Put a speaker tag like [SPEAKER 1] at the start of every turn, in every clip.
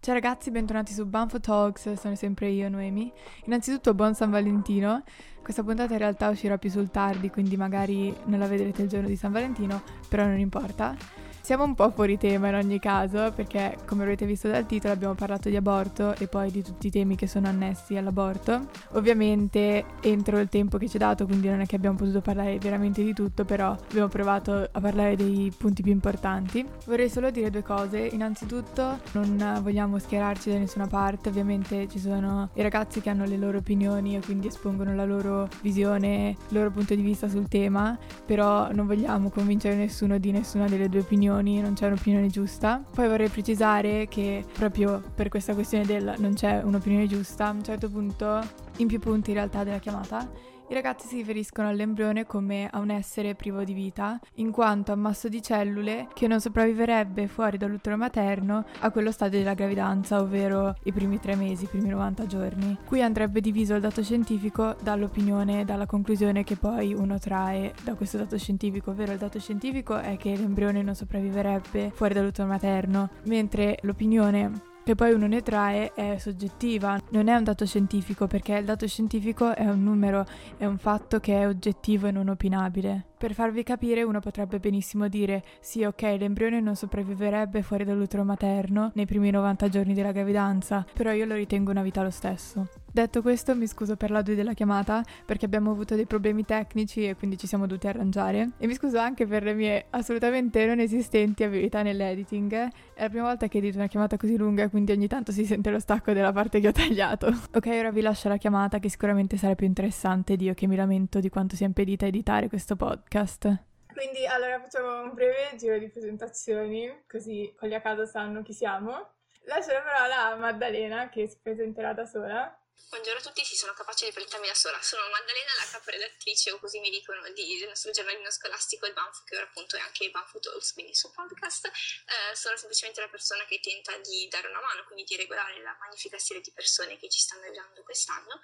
[SPEAKER 1] Ciao ragazzi, bentornati su Banfo Talks, sono sempre io, Noemi. Innanzitutto buon San Valentino. Questa puntata in realtà uscirà più sul tardi, quindi magari non la vedrete il giorno di San Valentino, però non importa. Siamo un po' fuori tema in ogni caso, perché come avrete visto dal titolo abbiamo parlato di aborto e poi di tutti i temi che sono annessi all'aborto. Ovviamente entro il tempo che ci è dato, quindi non è che abbiamo potuto parlare veramente di tutto, però abbiamo provato a parlare dei punti più importanti. Vorrei solo dire due cose. Innanzitutto non vogliamo schierarci da nessuna parte, ovviamente ci sono i ragazzi che hanno le loro opinioni e quindi espongono la loro visione, il loro punto di vista sul tema, però non vogliamo convincere nessuno di nessuna delle due opinioni, non c'è un'opinione giusta. Poi vorrei precisare che proprio per questa questione del non c'è un'opinione giusta, a un certo punto, in più punti in realtà della chiamata, i ragazzi si riferiscono all'embrione come a un essere privo di vita, in quanto ammasso di cellule che non sopravviverebbe fuori dall'utero materno a quello stadio della gravidanza, ovvero i primi 3 mesi, i primi 90 giorni. Qui andrebbe diviso il dato scientifico dall'opinione, dalla conclusione che poi uno trae da questo dato scientifico, ovvero il dato scientifico è che l'embrione non sopravviverebbe fuori dall'utero materno, mentre l'opinione che poi uno ne trae è soggettiva, non è un dato scientifico, perché il dato scientifico è un numero, è un fatto che è oggettivo e non opinabile. Per farvi capire, uno potrebbe benissimo dire sì, ok, l'embrione non sopravviverebbe fuori dall'utero materno nei primi 90 giorni della gravidanza, però io lo ritengo una vita lo stesso. Detto questo, mi scuso per l'audio della chiamata, perché abbiamo avuto dei problemi tecnici e quindi ci siamo dovuti arrangiare. E mi scuso anche per le mie assolutamente non esistenti abilità nell'editing. È la prima volta che edito una chiamata così lunga, quindi ogni tanto si sente lo stacco della parte che ho tagliato. Ok, ora vi lascio la chiamata, che sicuramente sarà più interessante di io che mi lamento di quanto sia impedita a editare questo podcast. Quindi allora facciamo un breve giro di presentazioni, così quelli a casa sanno chi siamo. Lascio la parola a Maddalena, che si presenterà da sola.
[SPEAKER 2] Buongiorno a tutti, sì, sono capace di presentarmi da sola. Sono Maddalena, la caporedattrice, o così mi dicono, del nostro giornalino scolastico, il Banfo, che ora appunto è anche Banfo Talks, quindi il suo podcast. Sono semplicemente la persona che tenta di dare una mano, quindi di regolare la magnifica serie di persone che ci stanno aiutando quest'anno.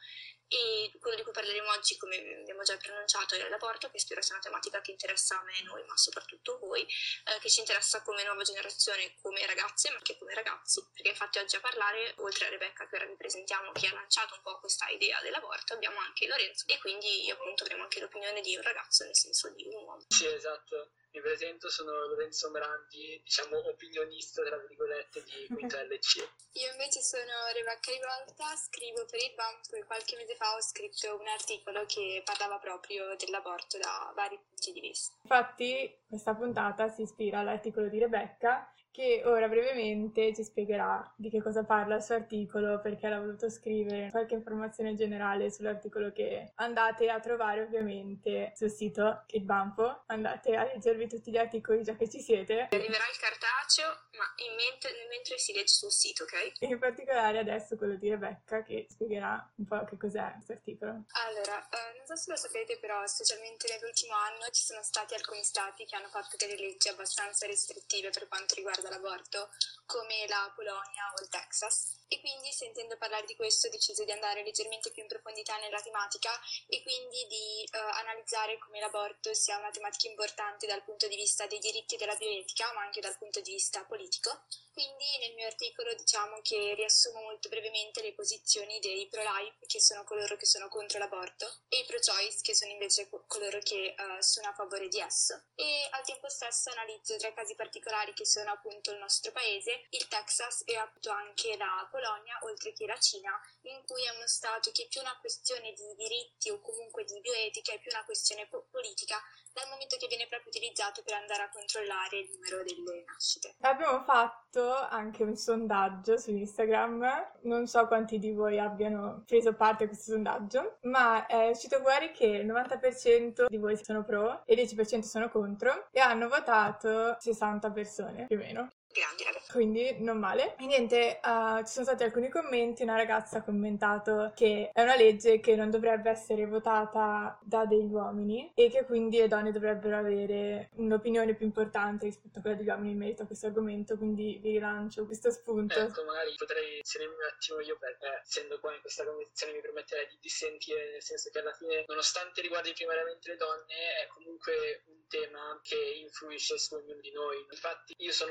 [SPEAKER 2] E quello di cui parleremo oggi, come abbiamo già pronunciato, è l'aborto, che spero sia una tematica che interessa a me e noi, ma soprattutto voi, che ci interessa come nuova generazione, come ragazze, ma anche come ragazzi, perché infatti oggi a parlare, oltre a Rebecca, che ora vi presentiamo, che ha lanciato un po' questa idea dell'aborto, abbiamo anche Lorenzo, e quindi appunto avremo anche l'opinione di un ragazzo, nel senso di un uomo.
[SPEAKER 3] Sì, esatto. Mi presento, sono Lorenzo Morandi, diciamo opinionista, tra virgolette, di Quinto LC.
[SPEAKER 4] Io invece sono Rebecca Rivolta, scrivo per il Banfo e qualche mese fa ho scritto un articolo che parlava proprio dell'aborto da vari punti di vista.
[SPEAKER 1] Infatti questa puntata si ispira all'articolo di Rebecca, che ora brevemente ci spiegherà di che cosa parla il suo articolo, perché l'ha voluto scrivere, qualche informazione generale sull'articolo che andate a trovare ovviamente sul sito Il Banfo, andate a leggervi tutti gli articoli già che ci siete.
[SPEAKER 2] Arriverà il cartaceo, ma mentre si legge sul sito, ok?
[SPEAKER 1] In particolare adesso quello di Rebecca, che spiegherà un po' che cos'è questo articolo.
[SPEAKER 4] Allora, non so se lo sapete, però specialmente nell'ultimo anno ci sono stati alcuni stati che hanno fatto delle leggi abbastanza restrittive per quanto riguarda l'aborto, come la Polonia o il Texas. E quindi, sentendo parlare di questo, ho deciso di andare leggermente più in profondità nella tematica e quindi di analizzare come l'aborto sia una tematica importante dal punto di vista dei diritti della bioetica, ma anche dal punto di vista politico. Quindi nel mio articolo diciamo che riassumo molto brevemente le posizioni dei pro-life, che sono coloro che sono contro l'aborto, e i pro-choice, che sono invece coloro che sono a favore di esso. E al tempo stesso analizzo 3 casi particolari che sono appunto il nostro paese, il Texas e appunto anche la Polonia, oltre che la Cina, in cui è uno stato che è più una questione di diritti o comunque di bioetica, è più una questione politica, dal momento che viene proprio utilizzato per andare a controllare il numero delle nascite.
[SPEAKER 1] Abbiamo fatto anche un sondaggio su Instagram, non so quanti di voi abbiano preso parte a questo sondaggio, ma è uscito fuori che il 90% di voi sono pro e il 10% sono contro e hanno votato 60 persone più o meno.
[SPEAKER 2] Grandi ragazzi.
[SPEAKER 1] Quindi non male. E niente, ci sono stati alcuni commenti. Una ragazza ha commentato che è una legge che non dovrebbe essere votata da degli uomini e che quindi le donne dovrebbero avere un'opinione più importante rispetto a quella degli uomini in merito a questo argomento, quindi vi rilancio questo spunto.
[SPEAKER 3] Ecco, magari potrei inserirmi un attimo io, perché essendo qua in questa conversazione mi permetterei di dissentire, nel senso che alla fine, nonostante riguardi primariamente le donne, è comunque un tema che influisce su ognuno di noi. Infatti io sono dell'idea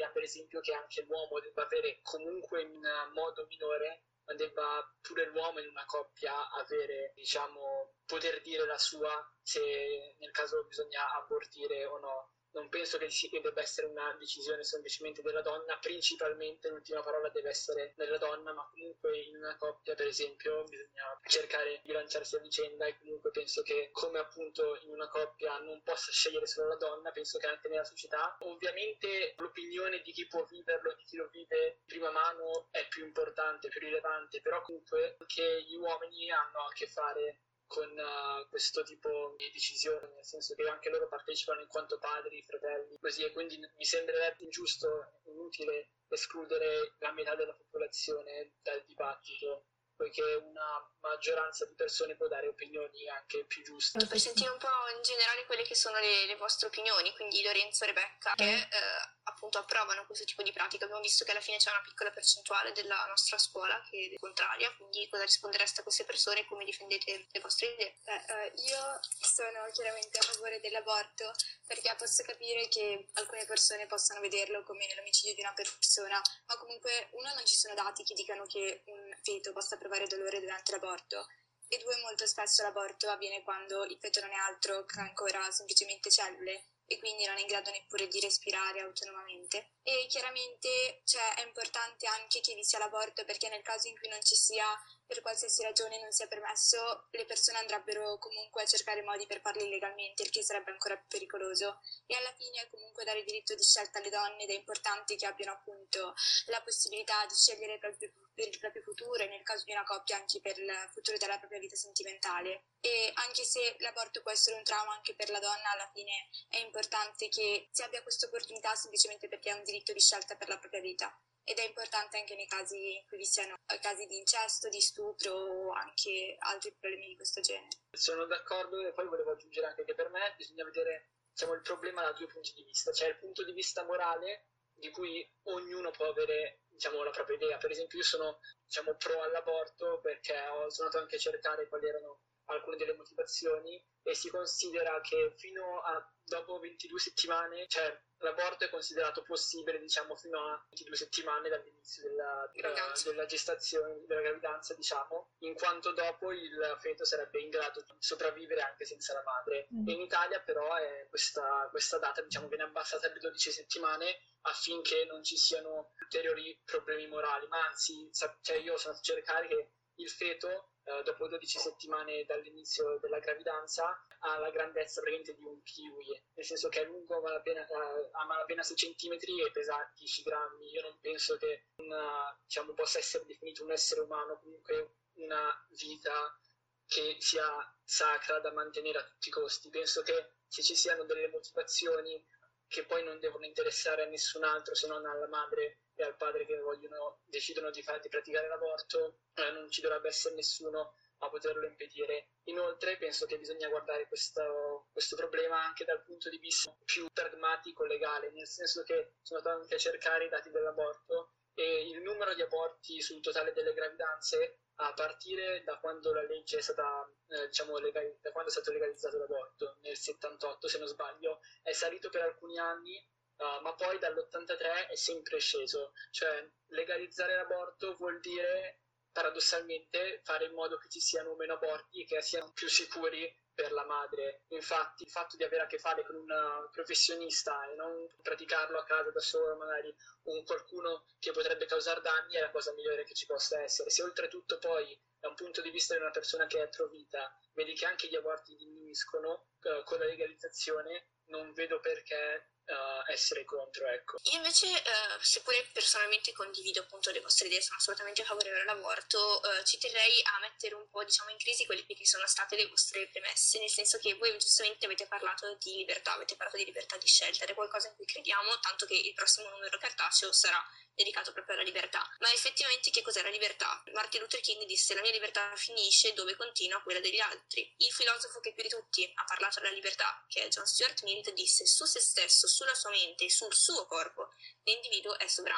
[SPEAKER 3] idea, per esempio, che anche l'uomo debba avere comunque in modo minore, ma debba pure l'uomo in una coppia avere, diciamo, poter dire la sua se nel caso bisogna abortire o no. Non penso che debba essere una decisione semplicemente della donna, principalmente l'ultima parola deve essere della donna, ma comunque in una coppia, per esempio, bisogna cercare di lanciarsi a vicenda, e comunque penso che come appunto in una coppia non possa scegliere solo la donna, penso che anche nella società, ovviamente l'opinione di chi può viverlo, di chi lo vive di prima mano è più importante, più rilevante, però comunque anche gli uomini hanno a che fare con questo tipo di decisioni, nel senso che anche loro partecipano in quanto padri, fratelli, così, e quindi mi sembrerebbe ingiusto, inutile escludere la metà della popolazione dal dibattito, poiché una maggioranza di persone può dare opinioni anche più giuste.
[SPEAKER 2] Per sentire un po' in generale quelle che sono le vostre opinioni, quindi Lorenzo e Rebecca, che appunto approvano questo tipo di pratica. Abbiamo visto che alla fine c'è una piccola percentuale della nostra scuola che è contraria, quindi cosa rispondereste a queste persone e come difendete le vostre idee?
[SPEAKER 4] Io sono chiaramente a favore dell'aborto, perché posso capire che alcune persone possano vederlo come l'omicidio di una persona, ma comunque uno, non ci sono dati che dicano che un feto possa provare dolore durante l'aborto, e due, molto spesso l'aborto avviene quando il feto non è altro che ancora semplicemente cellule e quindi non è in grado neppure di respirare autonomamente. E chiaramente è importante anche che vi sia l'aborto, perché nel caso in cui non ci sia, per qualsiasi ragione non sia permesso, le persone andrebbero comunque a cercare modi per farlo illegalmente, il che sarebbe ancora più pericoloso. E alla fine comunque dare diritto di scelta alle donne, ed è importante che abbiano appunto la possibilità di scegliere per il proprio futuro, e nel caso di una coppia anche per il futuro della propria vita sentimentale. E anche se l'aborto può essere un trauma anche per la donna, alla fine è importante che si abbia questa opportunità semplicemente perché è un diritto di scelta per la propria vita. Ed è importante anche nei casi in cui vi siano casi di incesto, di stupro o anche altri problemi di questo genere.
[SPEAKER 3] Sono d'accordo, e poi volevo aggiungere anche che per me bisogna vedere, diciamo, il problema da due punti di vista. C'è il punto di vista morale, di cui ognuno può avere, diciamo, la propria idea. Per esempio io sono, diciamo, pro all'aborto perché sono andato anche a cercare quali erano alcune delle motivazioni, e si considera che fino a dopo 22 settimane, cioè l'aborto è considerato possibile, diciamo, fino a 22 settimane dall'inizio della gestazione, della gravidanza, diciamo, in quanto dopo il feto sarebbe in grado di sopravvivere anche senza la madre. E in Italia però questa data, diciamo, viene abbassata alle 12 settimane affinché non ci siano ulteriori problemi morali, ma anzi, cioè io sono andato a cercare che il feto dopo 12 settimane dall'inizio della gravidanza ha la grandezza praticamente di un kiwi, nel senso che è lungo a malapena 6 cm e pesa 10 grammi. Io non penso che diciamo, possa essere definito un essere umano, comunque una vita che sia sacra da mantenere a tutti i costi. Penso che se ci siano delle motivazioni che poi non devono interessare a nessun altro se non alla madre e al padre che decidono di praticare l'aborto, non ci dovrebbe essere nessuno a poterlo impedire. Inoltre penso che bisogna guardare questo problema anche dal punto di vista più pragmatico legale, nel senso che sono andato anche a cercare i dati dell'aborto, e il numero di aborti sul totale delle gravidanze a partire da quando la legge è stata, da quando è stato legalizzato l'aborto, nel 78 se non sbaglio, è salito per alcuni anni, ma poi dall'83 è sempre sceso. Cioè legalizzare l'aborto vuol dire paradossalmente fare in modo che ci siano meno aborti e che siano più sicuri per la madre. Infatti il fatto di avere a che fare con un professionista e non praticarlo a casa da solo, magari con qualcuno che potrebbe causare danni, è la cosa migliore che ci possa essere. Se oltretutto poi da un punto di vista di una persona che è atrovita vedi che anche gli aborti diminuiscono con la legalizzazione, non vedo perché essere contro, ecco.
[SPEAKER 2] Io invece, seppure personalmente condivido appunto le vostre idee, sono assolutamente favorevole all'aborto, ci terrei a mettere un po', diciamo, in crisi quelle che sono state le vostre premesse, nel senso che voi giustamente avete parlato di libertà di scelta, ed è qualcosa in cui crediamo, tanto che il prossimo numero cartaceo sarà dedicato proprio alla libertà. Ma effettivamente che cos'è la libertà? Martin Luther King disse: la mia libertà finisce dove continua quella degli altri. Il filosofo che più di tutti ha parlato della libertà, che è John Stuart Mill, disse: su se stesso, sulla sua mente e sul suo corpo l'individuo è sovrano.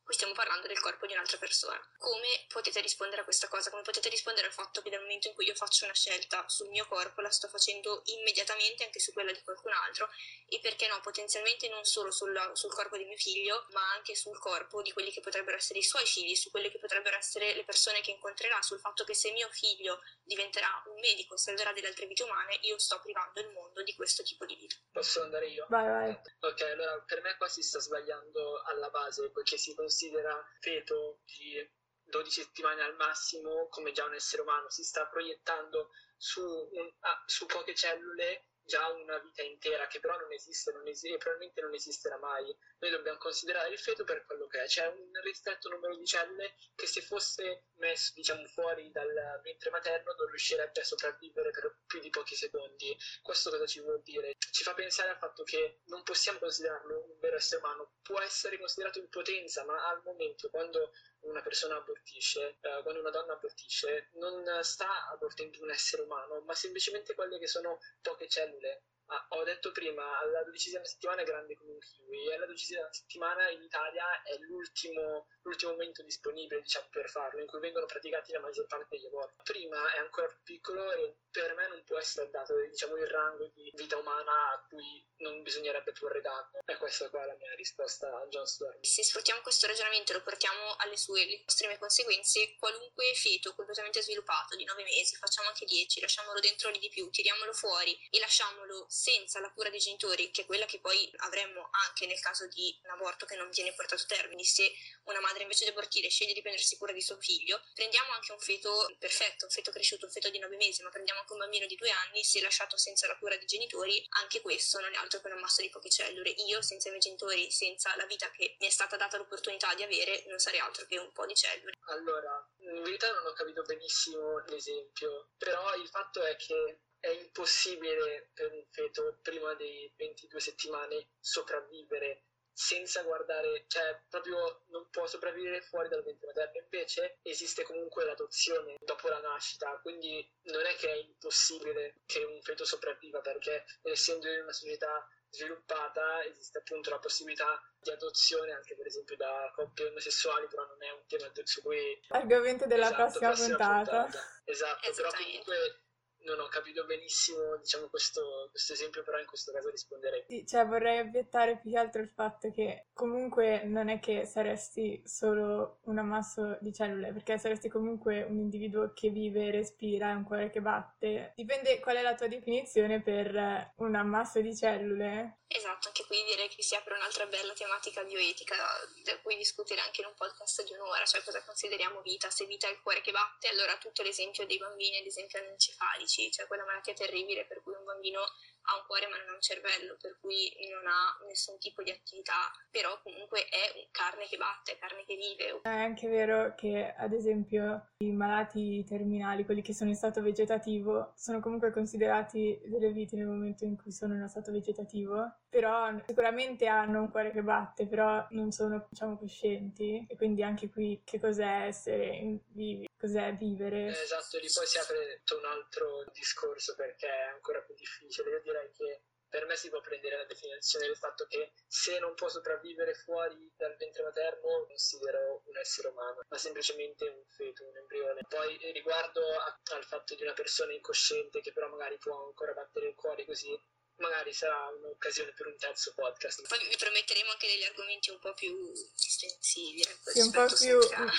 [SPEAKER 2] Qui stiamo parlando del corpo di un'altra persona. Come potete rispondere a questa cosa? Come potete rispondere al fatto che dal momento in cui io faccio una scelta sul mio corpo la sto facendo immediatamente anche su quella di qualcun altro, e perché no, potenzialmente non solo sul corpo di mio figlio, ma anche sul corpo di quelli che potrebbero essere i suoi figli, su quelle che potrebbero essere le persone che incontrerà, sul fatto che se mio figlio diventerà un medico, salverà delle altre vite umane, io sto privando il mondo di questo tipo di vita.
[SPEAKER 3] Posso andare io?
[SPEAKER 1] Vai.
[SPEAKER 3] Ok, allora per me qua si sta sbagliando alla base, poiché si considera feto di 12 settimane al massimo come già un essere umano, si sta proiettando su poche cellule già una vita intera, che però non esiste e probabilmente non esisterà mai. Noi dobbiamo considerare il feto per quello che è, c'è un ristretto numero di cellule che se fosse messo, diciamo, fuori dal ventre materno non riuscirebbe a sopravvivere per più di pochi secondi. Questo cosa ci vuol dire? Ci fa pensare al fatto che non possiamo considerarlo un vero essere umano, può essere considerato in potenza, ma al momento, quando una persona abortisce, quando una donna abortisce, non sta abortendo un essere umano, ma semplicemente quelle che sono poche cellule. Ho detto prima, alla 12ª settimana è grande come un kiwi, e alla 12ª settimana in Italia è l'ultimo momento disponibile, diciamo, per farlo, in cui vengono praticati la maggior parte degli aborti. Prima è ancora più piccolo e per me non può essere dato, diciamo, il rango di vita umana a cui non bisognerebbe porre danno. E questa qua è la mia risposta a John Stuart.
[SPEAKER 2] Se sfruttiamo questo ragionamento e lo portiamo alle sue estreme conseguenze, qualunque feto completamente sviluppato di 9 mesi, facciamo anche 10, lasciamolo dentro lì di più, tiriamolo fuori e lasciamolo senza la cura dei genitori, che è quella che poi avremmo anche nel caso di un aborto che non viene portato a termine. Se una madre invece di abortire sceglie di prendersi cura di suo figlio, prendiamo anche un feto perfetto, un feto cresciuto, un feto di 9 mesi, ma prendiamo anche un bambino di 2 anni, se lasciato senza la cura dei genitori, anche questo non è altro che un ammasso di poche cellule. Io senza i miei genitori, senza la vita che mi è stata data l'opportunità di avere, non sarei altro che un po' di cellule.
[SPEAKER 3] Allora, in verità non ho capito benissimo l'esempio, però il fatto è che è impossibile per un feto prima dei 22 settimane sopravvivere senza guardare, cioè proprio non può sopravvivere fuori dal ventre materno. Invece esiste comunque l'adozione dopo la nascita, quindi non è che è impossibile che un feto sopravviva, perché essendo in una società sviluppata esiste appunto la possibilità di adozione anche per esempio da coppie omosessuali, però non è un tema su cui
[SPEAKER 1] Argomento della prossima puntata.
[SPEAKER 3] Esatto, però comunque non ho capito benissimo, diciamo, questo esempio, però in questo caso risponderei.
[SPEAKER 1] Sì, cioè vorrei obiettare più che altro il fatto che comunque non è che saresti solo un ammasso di cellule, perché saresti comunque un individuo che vive, respira, ha un cuore che batte. Dipende qual è la tua definizione per un ammasso di cellule.
[SPEAKER 2] Esatto, anche qui direi che si apre un'altra bella tematica bioetica da cui discutere anche in un podcast di un'ora, cioè cosa consideriamo vita. Se vita è il cuore che batte, allora tutto l'esempio dei bambini, ad esempio anencefalici, cioè quella malattia terribile per cui un bambino ha un cuore ma non ha un cervello, per cui non ha nessun tipo di attività, però comunque è carne che batte, è carne che vive.
[SPEAKER 1] È anche vero che, ad esempio, i malati terminali, quelli che sono in stato vegetativo, sono comunque considerati delle vite nel momento in cui sono in stato vegetativo, però sicuramente hanno un cuore che batte, però non sono, diciamo, coscienti, e quindi anche qui che cos'è essere vivi, cos'è vivere.
[SPEAKER 3] Esatto, lì poi si apre tutto un altro discorso perché è ancora più difficile. Io direi che per me si può prendere la definizione del fatto che se non può sopravvivere fuori dal ventre materno non considero un essere umano, ma semplicemente un feto, un embrione. Poi riguardo al fatto di una persona incosciente che però magari può ancora battere il cuore così, magari sarà un'occasione per un terzo podcast.
[SPEAKER 2] Poi vi prometteremo anche degli argomenti un po' più estensivi, ecco,
[SPEAKER 1] sì, un po' più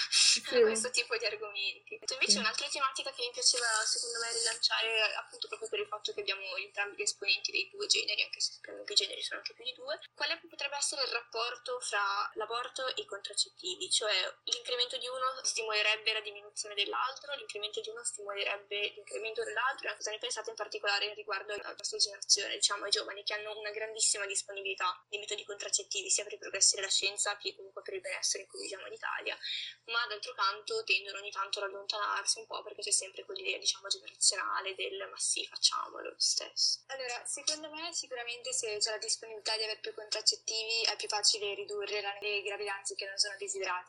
[SPEAKER 2] a questo tipo di argomenti. Invece un'altra tematica che mi piaceva secondo me rilanciare, appunto proprio per il fatto che abbiamo entrambi gli esponenti dei due generi, anche se sappiamo che i generi sono anche più di due, quale potrebbe essere il rapporto fra l'aborto e i contraccettivi? Cioè l'incremento di uno stimolerebbe la diminuzione dell'altro, l'incremento di uno stimolerebbe l'incremento dell'altro. Cosa ne pensate in particolare riguardo alla nostra generazione, diciamo ai giovani che hanno una grandissima disponibilità di metodi contraccettivi sia per i progressi della scienza che comunque per il benessere in cui viviamo in Italia, ma d'altro canto tendono ogni tanto ad allontanarsi un po' perché c'è sempre quell'idea, diciamo, generazionale del ma sì, facciamolo lo stesso.
[SPEAKER 4] Allora, secondo me sicuramente se c'è la disponibilità di avere più contraccettivi è più facile ridurre le gravidanze che non sono desiderate,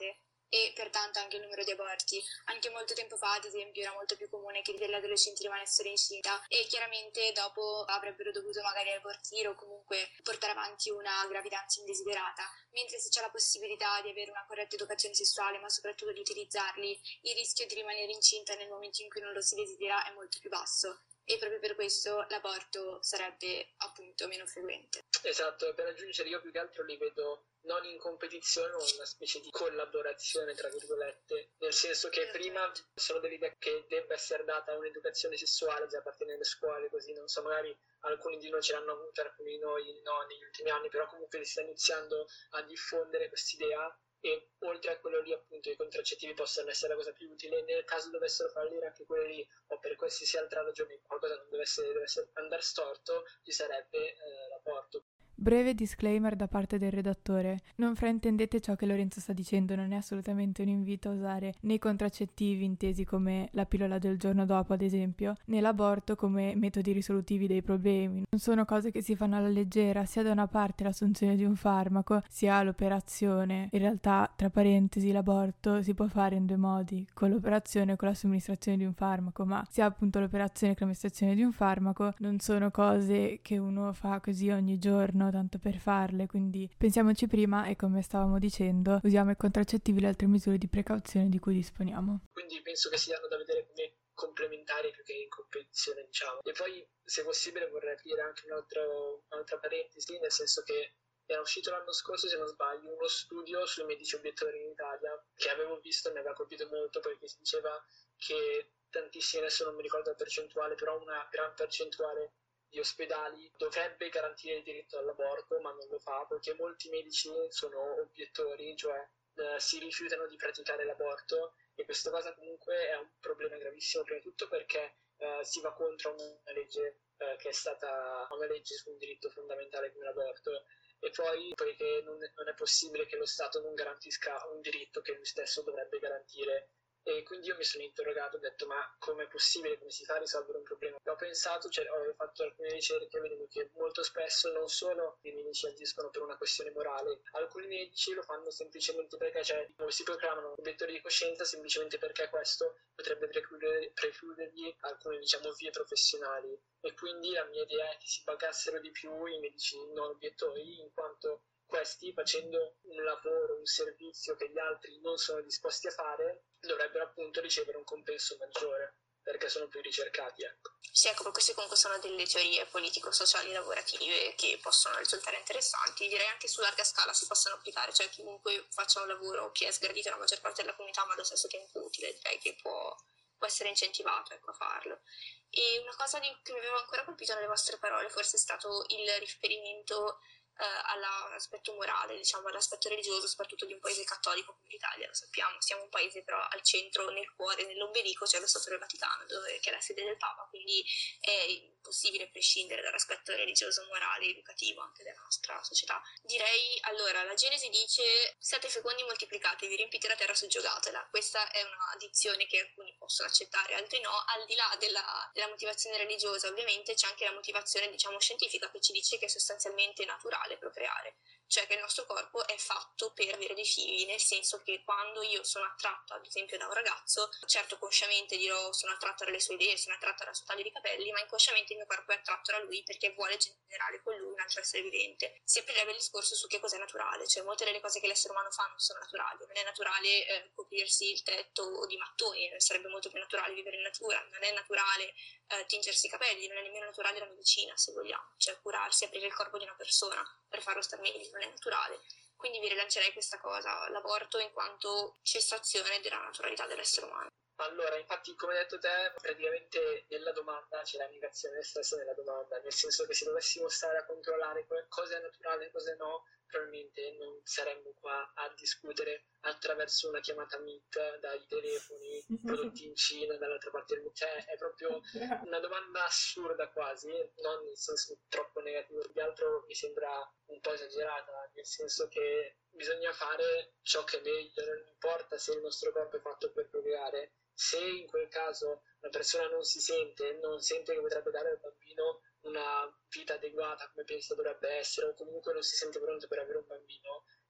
[SPEAKER 4] e pertanto anche il numero di aborti. Anche molto tempo fa, ad esempio, era molto più comune che delle adolescenti rimanessero incinta e chiaramente dopo avrebbero dovuto magari abortire o comunque portare avanti una gravidanza indesiderata, mentre se c'è la possibilità di avere una corretta educazione sessuale, ma soprattutto di utilizzarli, il rischio di rimanere incinta nel momento in cui non lo si desidera è molto più basso. E proprio per questo l'aborto sarebbe appunto meno frequente.
[SPEAKER 3] Esatto, per aggiungere io più che altro li vedo non in competizione ma una specie di collaborazione tra virgolette, nel senso che prima sono dell'idea che debba essere data un'educazione sessuale già a partire nelle scuole, così non so, magari alcuni di noi ce l'hanno avuta, alcuni di noi no negli ultimi anni, però comunque si sta iniziando a diffondere quest'idea. E oltre a quello lì appunto i contraccettivi possono essere la cosa più utile nel caso dovessero fallire anche quelli lì o per qualsiasi altra ragione qualcosa non dovesse andare storto, ci sarebbe l'aborto.
[SPEAKER 1] Breve disclaimer da parte del redattore. Non fraintendete ciò che Lorenzo sta dicendo, non è assolutamente un invito a usare né i contraccettivi intesi come la pillola del giorno dopo, ad esempio, né l'aborto come metodi risolutivi dei problemi. Non sono cose che si fanno alla leggera, sia da una parte l'assunzione di un farmaco, sia l'operazione. In realtà, tra parentesi, l'aborto si può fare in due modi, con l'operazione e con la somministrazione di un farmaco, ma sia appunto l'operazione che la somministrazione di un farmaco non sono cose che uno fa così ogni giorno tanto per farle, quindi pensiamoci prima e, come stavamo dicendo, usiamo i contraccettivi e le altre misure di precauzione di cui disponiamo.
[SPEAKER 3] Quindi penso che siano da vedere come complementari più che in competizione, diciamo. E poi, se possibile, vorrei aprire anche un'altra parentesi, nel senso che era uscito l'anno scorso, se non sbaglio, uno studio sui medici obiettori in Italia che avevo visto e mi aveva colpito molto perché si diceva che tantissimi, adesso non mi ricordo la percentuale, però una gran percentuale di ospedali dovrebbe garantire il diritto all'aborto, ma non lo fa perché molti medici sono obiettori, cioè si rifiutano di praticare l'aborto, e questa cosa comunque è un problema gravissimo, prima di tutto perché si va contro una legge che è stata una legge su un diritto fondamentale come l'aborto, e poi poiché non è possibile che lo Stato non garantisca un diritto che lui stesso dovrebbe garantire. E quindi io mi sono interrogato, ho detto ma com'è possibile, come si fa a risolvere un problema? Ho pensato, ho fatto alcune ricerche e vedevo che molto spesso non solo i medici agiscono per una questione morale, alcuni medici lo fanno semplicemente perché si proclamano obiettori di coscienza semplicemente perché questo potrebbe precludergli alcune vie professionali, e quindi la mia idea è che si pagassero di più i medici non obiettori, in quanto questi, facendo un lavoro, un servizio che gli altri non sono disposti a fare, dovrebbero appunto ricevere un compenso maggiore, perché sono più ricercati, ecco.
[SPEAKER 2] Sì, ecco, queste comunque sono delle teorie politico-sociali lavorative che possono risultare interessanti, direi anche su larga scala si possono applicare, cioè chiunque faccia un lavoro che è sgradito alla maggior parte della comunità ma allo stesso tempo utile, direi che può essere incentivato, ecco, a farlo. E una cosa che mi aveva ancora colpito nelle vostre parole forse è stato il riferimento all'aspetto morale, diciamo, all'aspetto religioso, soprattutto di un paese cattolico come l'Italia, lo sappiamo, siamo un paese però al centro, nel cuore, nell'ombelico c'è lo Stato del Vaticano, che è la sede del Papa, quindi è impossibile prescindere dall'aspetto religioso, morale, educativo anche della nostra società. Direi, allora, la Genesi dice: siate fecondi, moltiplicatevi, riempite la terra, soggiogatela. Questa è una dizione che alcuni possono accettare, altri no. Al di là della motivazione religiosa, ovviamente, c'è anche la motivazione, diciamo, scientifica, che ci dice che è sostanzialmente naturale procreare, cioè che il nostro corpo è fatto per avere dei figli, nel senso che quando io sono attratta, ad esempio, da un ragazzo, certo consciamente dirò sono attratta dalle sue idee, sono attratta dalla sua taglio di capelli, ma inconsciamente il mio corpo è attratto da lui perché vuole generare con lui un altro essere vivente. Si aprirebbe il discorso su che cos'è naturale, cioè molte delle cose che l'essere umano fa non sono naturali. Non è naturale coprirsi il tetto di mattoni, sarebbe molto più naturale vivere in natura, non è naturale tingersi i capelli, non è nemmeno naturale la medicina, se vogliamo, cioè curarsi, aprire il corpo di una persona per farlo star meglio, non è naturale. Quindi vi rilancerei questa cosa, l'aborto in quanto cessazione della naturalità dell'essere umano.
[SPEAKER 3] Allora, infatti, come hai detto te, praticamente nella domanda c'è la negazione stessa nella domanda, nel senso che se dovessimo stare a controllare cosa è naturale e cosa no, probabilmente non saremmo qua a discutere attraverso una chiamata Meet dai telefoni prodotti in Cina, dall'altra parte del mondo. Cioè, è proprio una domanda assurda quasi, non nel senso troppo negativo, più che altro mi sembra un po' esagerata, nel senso che bisogna fare ciò che è meglio, non importa se il nostro corpo è fatto per procreare. Se in quel caso la persona non sente che potrebbe dare al bambino una vita adeguata come pensa dovrebbe essere, o comunque non si sente pronto per avere un bambino,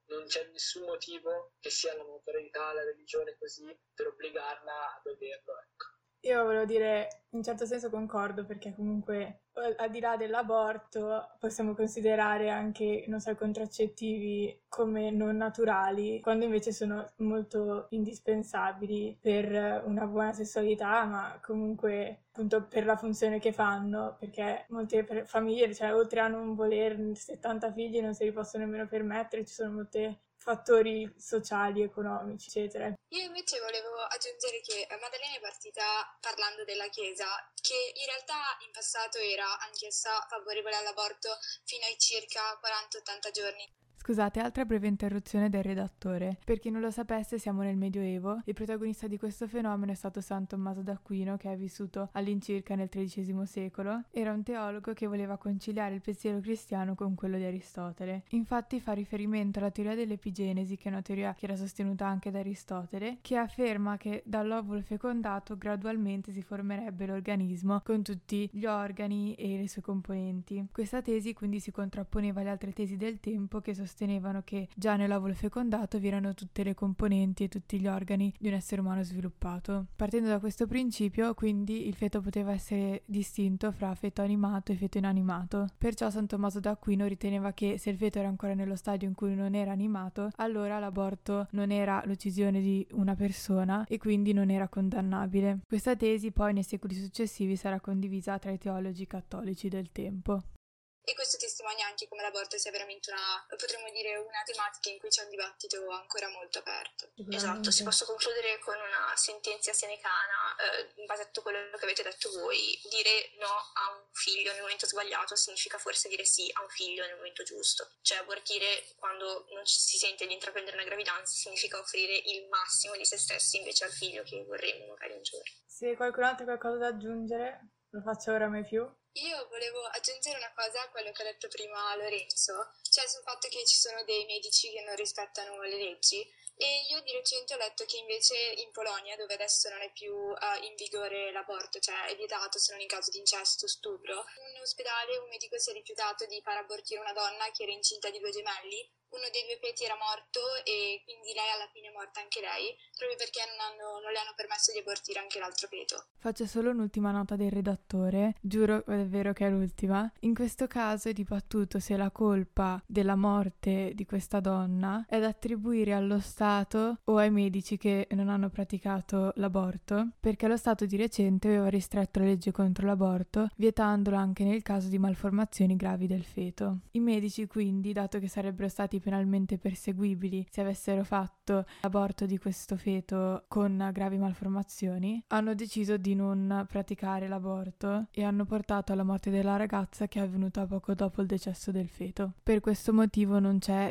[SPEAKER 3] non c'è nessun motivo che sia la naturalità, la religione così, per obbligarla a beverlo, ecco.
[SPEAKER 5] Io volevo dire, in certo senso concordo, perché comunque al di là dell'aborto possiamo considerare anche, non so, i contraccettivi come non naturali, quando invece sono molto indispensabili per una buona sessualità, ma comunque appunto per la funzione che fanno, perché molte famiglie, cioè oltre a non voler 70 figli non se li possono nemmeno permettere, ci sono molti fattori sociali, economici, eccetera.
[SPEAKER 4] Io invece volevo aggiungere che Maddalena è partita parlando della Chiesa, che in realtà in passato era anch'essa favorevole all'aborto fino ai circa 40-80 giorni.
[SPEAKER 1] Scusate, altra breve interruzione del redattore. Per chi non lo sapesse, siamo nel Medioevo. Il protagonista di questo fenomeno è stato San Tommaso d'Aquino, che è vissuto all'incirca nel XIII secolo. Era un teologo che voleva conciliare il pensiero cristiano con quello di Aristotele. Infatti fa riferimento alla teoria dell'epigenesi, che è una teoria che era sostenuta anche da Aristotele, che afferma che dall'ovulo fecondato gradualmente si formerebbe l'organismo con tutti gli organi e le sue componenti. Questa tesi quindi si contrapponeva alle altre tesi del tempo che sostenevano che già nell'ovulo fecondato vi erano tutte le componenti e tutti gli organi di un essere umano sviluppato. Partendo da questo principio, quindi, il feto poteva essere distinto fra feto animato e feto inanimato. Perciò San Tommaso d'Aquino riteneva che se il feto era ancora nello stadio in cui non era animato, allora l'aborto non era l'uccisione di una persona e quindi non era condannabile. Questa tesi poi nei secoli successivi sarà condivisa tra i teologi cattolici del tempo.
[SPEAKER 4] E questo testimonia anche come l'aborto sia veramente potremmo dire, una tematica in cui c'è un dibattito ancora molto aperto.
[SPEAKER 2] Esatto, si posso concludere con una sentenza senecana, in base a tutto quello che avete detto voi. Dire no a un figlio nel momento sbagliato significa forse dire sì a un figlio nel momento giusto. Cioè abortire quando non si sente di intraprendere una gravidanza significa offrire il massimo di se stessi invece al figlio che vorremmo magari un giorno.
[SPEAKER 5] Se qualcun altro ha qualcosa da aggiungere, lo faccio ora mai più.
[SPEAKER 4] Io volevo aggiungere una cosa a quello che ha detto prima Lorenzo, cioè sul fatto che ci sono dei medici che non rispettano le leggi, e io di recente ho letto che invece in Polonia, dove adesso non è più in vigore l'aborto, cioè è vietato se non in caso di incesto o stupro, in ospedale un medico si è rifiutato di far abortire una donna che era incinta di 2 gemelli. Uno dei 2 feti era morto e quindi lei alla fine è morta anche lei, proprio perché non le hanno permesso di abortire anche l'altro feto.
[SPEAKER 1] Faccio solo un'ultima nota del redattore, giuro davvero che è l'ultima. In questo caso è dibattuto se la colpa della morte di questa donna è da attribuire allo Stato o ai medici che non hanno praticato l'aborto, perché lo Stato di recente aveva ristretto la legge contro l'aborto, vietandolo anche nel caso di malformazioni gravi del feto. I medici quindi, dato che sarebbero stati penalmente perseguibili se avessero fatto l'aborto di questo feto con gravi malformazioni, hanno deciso di non praticare l'aborto e hanno portato alla morte della ragazza, che è avvenuta poco dopo il decesso del feto. Per questo motivo non c'è,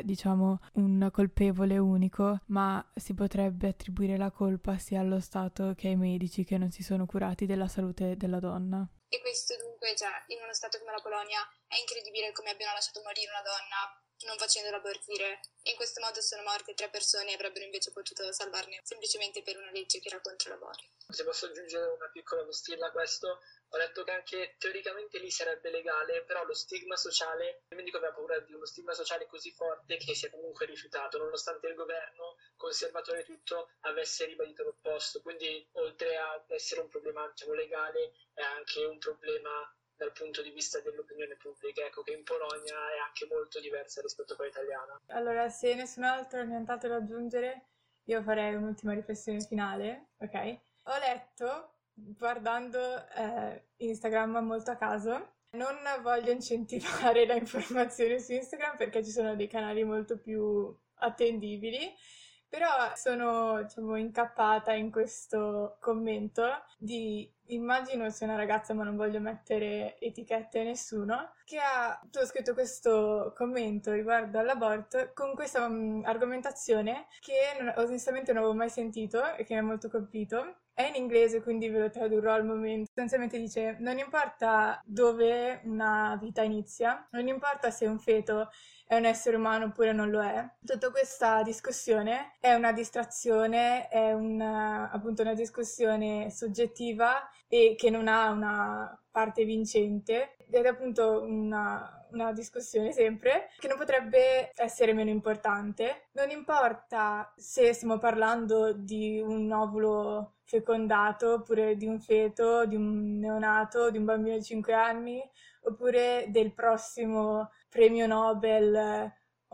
[SPEAKER 1] un colpevole unico, ma si potrebbe attribuire la colpa sia allo Stato che ai medici che non si sono curati della salute della donna.
[SPEAKER 4] E questo dunque, cioè, in uno stato come la Polonia è incredibile come abbiano lasciato morire una donna non facendola abortire. In questo modo sono morte 3 persone e avrebbero invece potuto salvarne semplicemente per una legge che era contro l'aborto.
[SPEAKER 3] Se posso aggiungere una piccola postilla a questo, ho letto che anche teoricamente lì sarebbe legale, però lo stigma sociale, il medico aveva paura di uno stigma sociale così forte che si è comunque rifiutato, nonostante il governo conservatore tutto avesse ribadito l'opposto. Quindi oltre ad essere un problema legale, è anche un problema dal punto di vista dell'opinione pubblica, ecco, che in Polonia è anche molto diversa rispetto a quella italiana.
[SPEAKER 5] Allora, se nessun altro ha nient'altro da aggiungere, io farei un'ultima riflessione finale, ok? Ho letto, guardando Instagram molto a caso, non voglio incentivare la informazione su Instagram perché ci sono dei canali molto più attendibili, però sono, incappata in questo commento immagino sia una ragazza, ma non voglio mettere etichette a nessuno, che ha scritto questo commento riguardo all'aborto con questa argomentazione che onestamente non avevo mai sentito e che mi ha molto colpito. È in inglese, quindi ve lo tradurrò al momento. Sostanzialmente dice: non importa dove una vita inizia, non importa se un feto è un essere umano oppure non lo è. Tutta questa discussione è una distrazione, è appunto una discussione soggettiva e che non ha una parte vincente, ed è appunto una una discussione sempre, che non potrebbe essere meno importante. Non importa se stiamo parlando di un ovulo fecondato, oppure di un feto, di un neonato, di un bambino di 5 anni, oppure del prossimo premio Nobel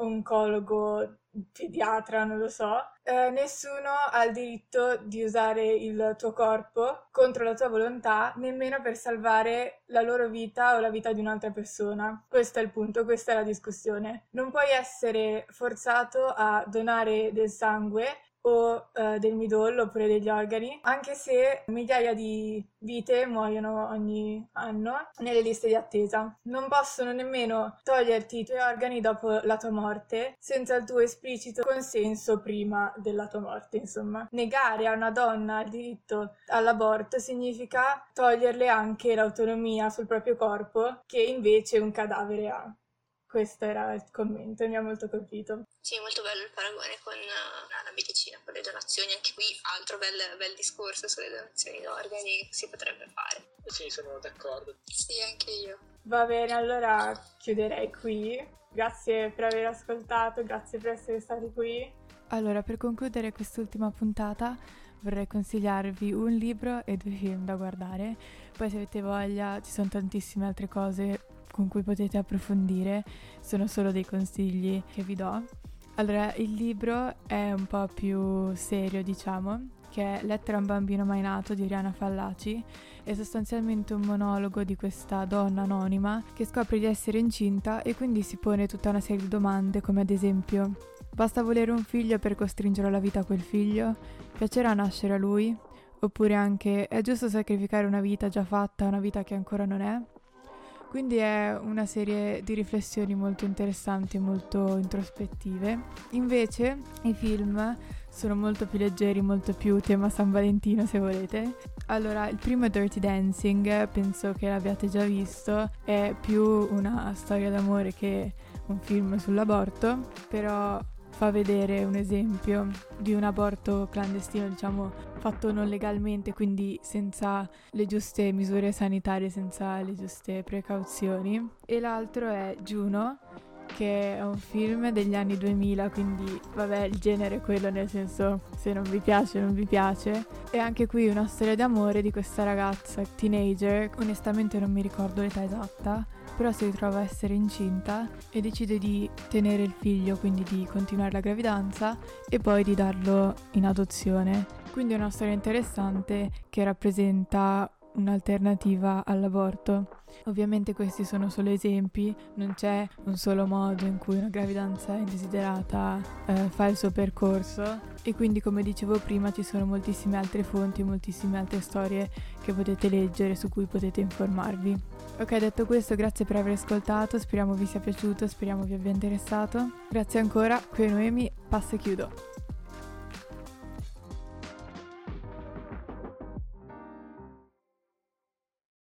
[SPEAKER 5] oncologo, pediatra, non lo so. Nessuno ha il diritto di usare il tuo corpo contro la tua volontà, nemmeno per salvare la loro vita o la vita di un'altra persona. Questo è il punto, questa è la discussione. Non puoi essere forzato a donare del sangue o del midollo oppure degli organi, anche se migliaia di vite muoiono ogni anno nelle liste di attesa. Non possono nemmeno toglierti i tuoi organi dopo la tua morte senza il tuo esplicito consenso prima della tua morte, insomma. Negare a una donna il diritto all'aborto significa toglierle anche l'autonomia sul proprio corpo che invece un cadavere ha. Questo era il commento, mi ha molto colpito.
[SPEAKER 2] Sì, molto bello il paragone con la medicina, con le donazioni. Anche qui altro bel discorso sulle donazioni d'organi che si potrebbe fare.
[SPEAKER 3] Sì, sono d'accordo.
[SPEAKER 4] Sì, anche io.
[SPEAKER 5] Va bene, allora chiuderei qui. Grazie per aver ascoltato, grazie per essere stati qui.
[SPEAKER 1] Allora, per concludere quest'ultima puntata vorrei consigliarvi un libro e 2 film da guardare. Poi se avete voglia ci sono tantissime altre cose con cui potete approfondire, sono solo dei consigli che vi do. Allora, il libro è un po' più serio, diciamo, che è Lettera a un bambino mai nato di Oriana Fallaci. È sostanzialmente un monologo di questa donna anonima che scopre di essere incinta e quindi si pone tutta una serie di domande, come ad esempio: basta volere un figlio per costringere alla vita quel figlio? Piacerà nascere a lui? Oppure anche: è giusto sacrificare una vita già fatta a una vita che ancora non è? Quindi è una serie di riflessioni molto interessanti e molto introspettive. Invece i film sono molto più leggeri, molto più tema San Valentino, se volete. Allora, il primo è Dirty Dancing, penso che l'abbiate già visto, è più una storia d'amore che un film sull'aborto, però fa vedere un esempio di un aborto clandestino, diciamo, fatto non legalmente, quindi senza le giuste misure sanitarie, senza le giuste precauzioni. E l'altro è Juno, che è un film degli anni 2000, quindi vabbè, il genere è quello, nel senso, se non vi piace non vi piace. E anche qui una storia d'amore di questa ragazza teenager, onestamente non mi ricordo l'età esatta, però si ritrova a essere incinta e decide di tenere il figlio, quindi di continuare la gravidanza e poi di darlo in adozione. Quindi è una storia interessante che rappresenta un'alternativa all'aborto. Ovviamente questi sono solo esempi, non c'è un solo modo in cui una gravidanza indesiderata fa il suo percorso, e quindi, come dicevo prima, ci sono moltissime altre fonti, moltissime altre storie che potete leggere, su cui potete informarvi. Ok, detto questo, grazie per aver ascoltato, speriamo vi sia piaciuto, speriamo vi abbia interessato. Grazie ancora, qui è Noemi, passo e chiudo.